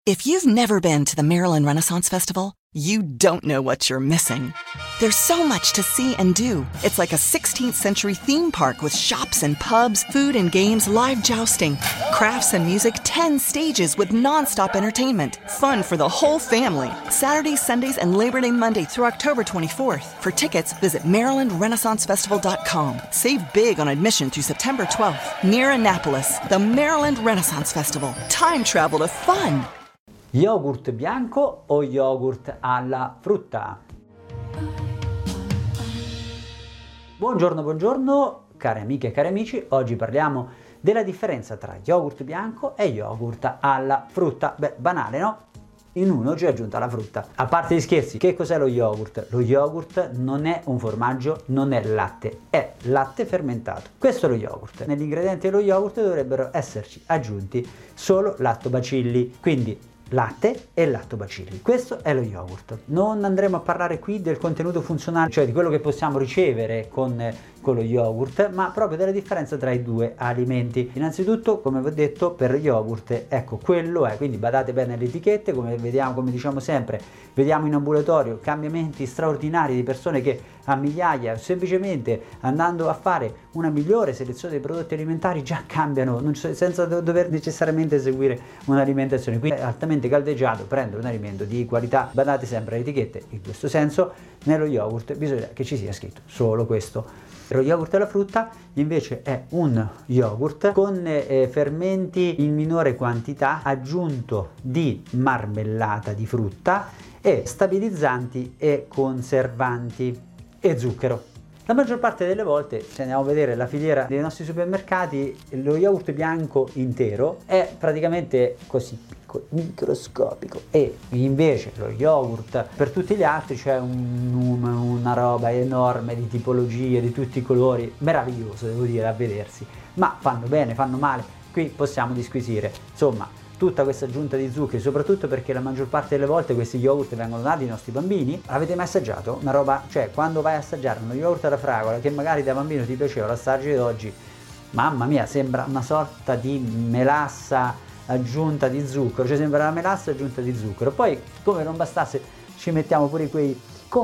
If you've never been to the Maryland Renaissance Festival, you don't know what you're missing. There's so much to see and do. It's like a 16th century theme park with shops and pubs, food and games, live jousting, crafts and music, 10 stages with nonstop entertainment. Fun for the whole family. Saturdays, Sundays, and Labor Day Monday through October 24th. For tickets, visit MarylandRenaissanceFestival.com. Save big on admission through September 12th. Near Annapolis, the Maryland Renaissance Festival. Time travel to fun. Yogurt bianco o yogurt alla frutta? Buongiorno, care amiche e cari amici. Oggi parliamo della differenza tra yogurt bianco e yogurt alla frutta. Beh, banale, no? In uno c'è aggiunta la frutta. A parte gli scherzi, che cos'è lo yogurt? Lo yogurt non è un formaggio, non è latte, è latte fermentato. Questo è lo yogurt. Negli ingredienti dello yogurt dovrebbero esserci aggiunti solo lattobacilli, quindi latte e lattobacilli. Questo è lo yogurt. Non andremo a parlare qui del contenuto funzionale, cioè di quello che possiamo ricevere con lo yogurt, ma proprio della differenza tra i due alimenti. Innanzitutto, come vi ho detto, per lo yogurt, ecco, quello è, quindi badate bene alle etichette, come vediamo, come diciamo sempre, vediamo in ambulatorio cambiamenti straordinari di persone che a migliaia, semplicemente andando a fare una migliore selezione dei prodotti alimentari, già cambiano, senza dover necessariamente seguire un'alimentazione. Quindi è altamente caldeggiato prendere un alimento di qualità. Badate sempre alle etichette. In questo senso, nello yogurt bisogna che ci sia scritto solo questo. Lo yogurt alla frutta invece è un yogurt con fermenti in minore quantità, aggiunto di marmellata di frutta e stabilizzanti e conservanti e zucchero. La maggior parte delle volte, se andiamo a vedere la filiera dei nostri supermercati, lo yogurt bianco intero è praticamente così piccolo, microscopico, e invece lo yogurt per tutti gli altri c'è una roba enorme di tipologie, di tutti i colori, meraviglioso devo dire a vedersi, ma fanno bene, fanno male, qui possiamo disquisire, insomma. Tutta questa aggiunta di zuccheri, soprattutto perché la maggior parte delle volte questi yogurt vengono dati ai nostri bambini. Avete mai assaggiato una roba, cioè quando vai a assaggiare uno yogurt alla fragola che magari da bambino ti piaceva, l'assaggi oggi, mamma mia, sembra una sorta di melassa aggiunta di zucchero, cioè sembra una melassa aggiunta di zucchero. Poi, come non bastasse, ci mettiamo pure quei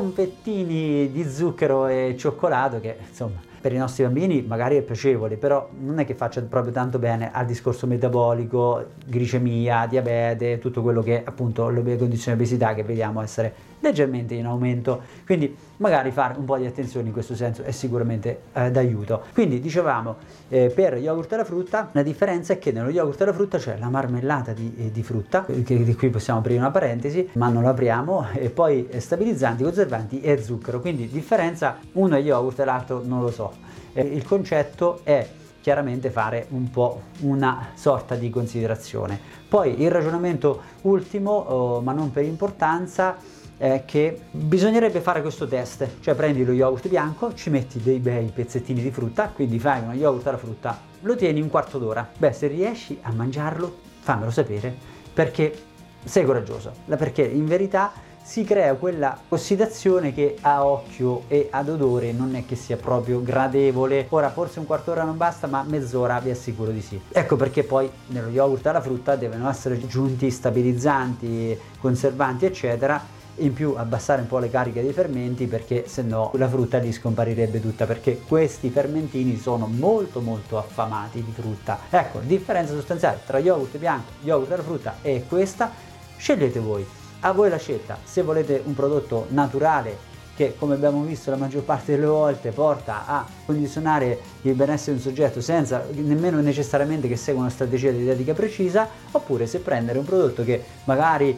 confettini di zucchero e cioccolato che, insomma, per i nostri bambini magari è piacevole, però non è che faccia proprio tanto bene al discorso metabolico, glicemia, diabete, tutto quello che appunto le condizioni di obesità che vediamo essere leggermente in aumento. Quindi magari fare un po' di attenzione in questo senso è sicuramente d'aiuto. Quindi dicevamo, per yogurt alla frutta la differenza è che nello yogurt alla frutta c'è la marmellata di frutta, che di qui possiamo aprire una parentesi, ma non la apriamo, e poi stabilizzanti, conservanti e zucchero. Quindi differenza, uno è yogurt e l'altro non lo so. Il concetto è chiaramente fare un po' una sorta di considerazione. Poi il ragionamento ultimo, ma non per importanza, è che bisognerebbe fare questo test, cioè prendi lo yogurt bianco, ci metti dei bei pezzettini di frutta, quindi fai uno yogurt alla frutta, lo tieni un quarto d'ora. Beh, se riesci a mangiarlo, fammelo sapere, perché sei coraggioso, perché in verità si crea quella ossidazione che a occhio e ad odore non è che sia proprio gradevole. Ora forse un quarto d'ora non basta, ma mezz'ora vi assicuro di sì. Ecco perché poi nello yogurt alla frutta devono essere aggiunti stabilizzanti, conservanti eccetera, in più abbassare un po' le cariche dei fermenti, perché se no la frutta lì scomparirebbe tutta, perché questi fermentini sono molto affamati di frutta. Ecco, differenza sostanziale tra yogurt bianco e yogurt alla frutta è questa. Scegliete voi. A voi la scelta, se volete un prodotto naturale che, come abbiamo visto la maggior parte delle volte, porta a condizionare il benessere di un soggetto senza nemmeno necessariamente che segua una strategia dietetica precisa, oppure se prendere un prodotto che magari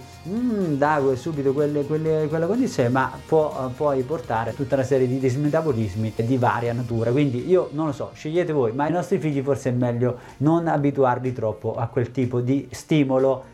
dà subito quella condizione, ma può poi portare tutta una serie di dismetabolismi di varia natura. Quindi io non lo so, scegliete voi, ma ai nostri figli forse è meglio non abituarli troppo a quel tipo di stimolo.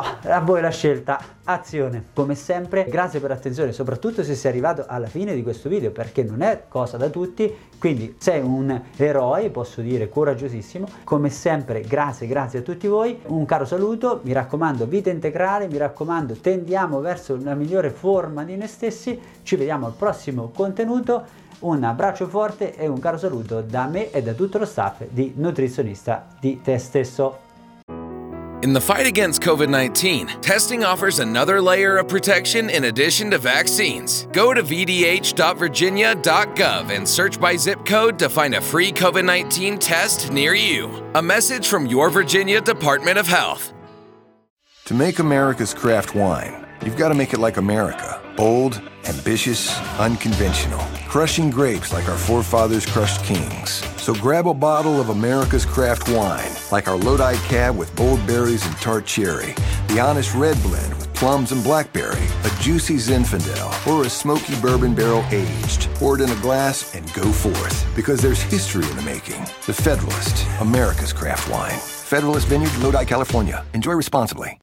A voi la scelta, azione. Come sempre, grazie per l'attenzione, soprattutto se sei arrivato alla fine di questo video, perché non è cosa da tutti, quindi sei un eroe, posso dire coraggiosissimo. Come sempre, grazie a tutti voi, un caro saluto, mi raccomando, vita integrale, mi raccomando, tendiamo verso una migliore forma di noi stessi, ci vediamo al prossimo contenuto, un abbraccio forte e un caro saluto da me e da tutto lo staff di Nutrizionista di Te Stesso. In the fight against COVID-19, testing offers another layer of protection in addition to vaccines. Go to vdh.virginia.gov and search by zip code to find a free COVID-19 test near you. A message from your Virginia Department of Health. To make America's craft wine, you've got to make it like America. Bold, ambitious, unconventional. Crushing grapes like our forefathers crushed kings. So grab a bottle of America's craft wine, like our Lodi Cab with bold berries and tart cherry, the Honest Red Blend with plums and blackberry, a juicy Zinfandel, or a smoky bourbon barrel aged. Pour it in a glass and go forth, because there's history in the making. The Federalist, America's craft wine. Federalist Vineyard, Lodi, California. Enjoy responsibly.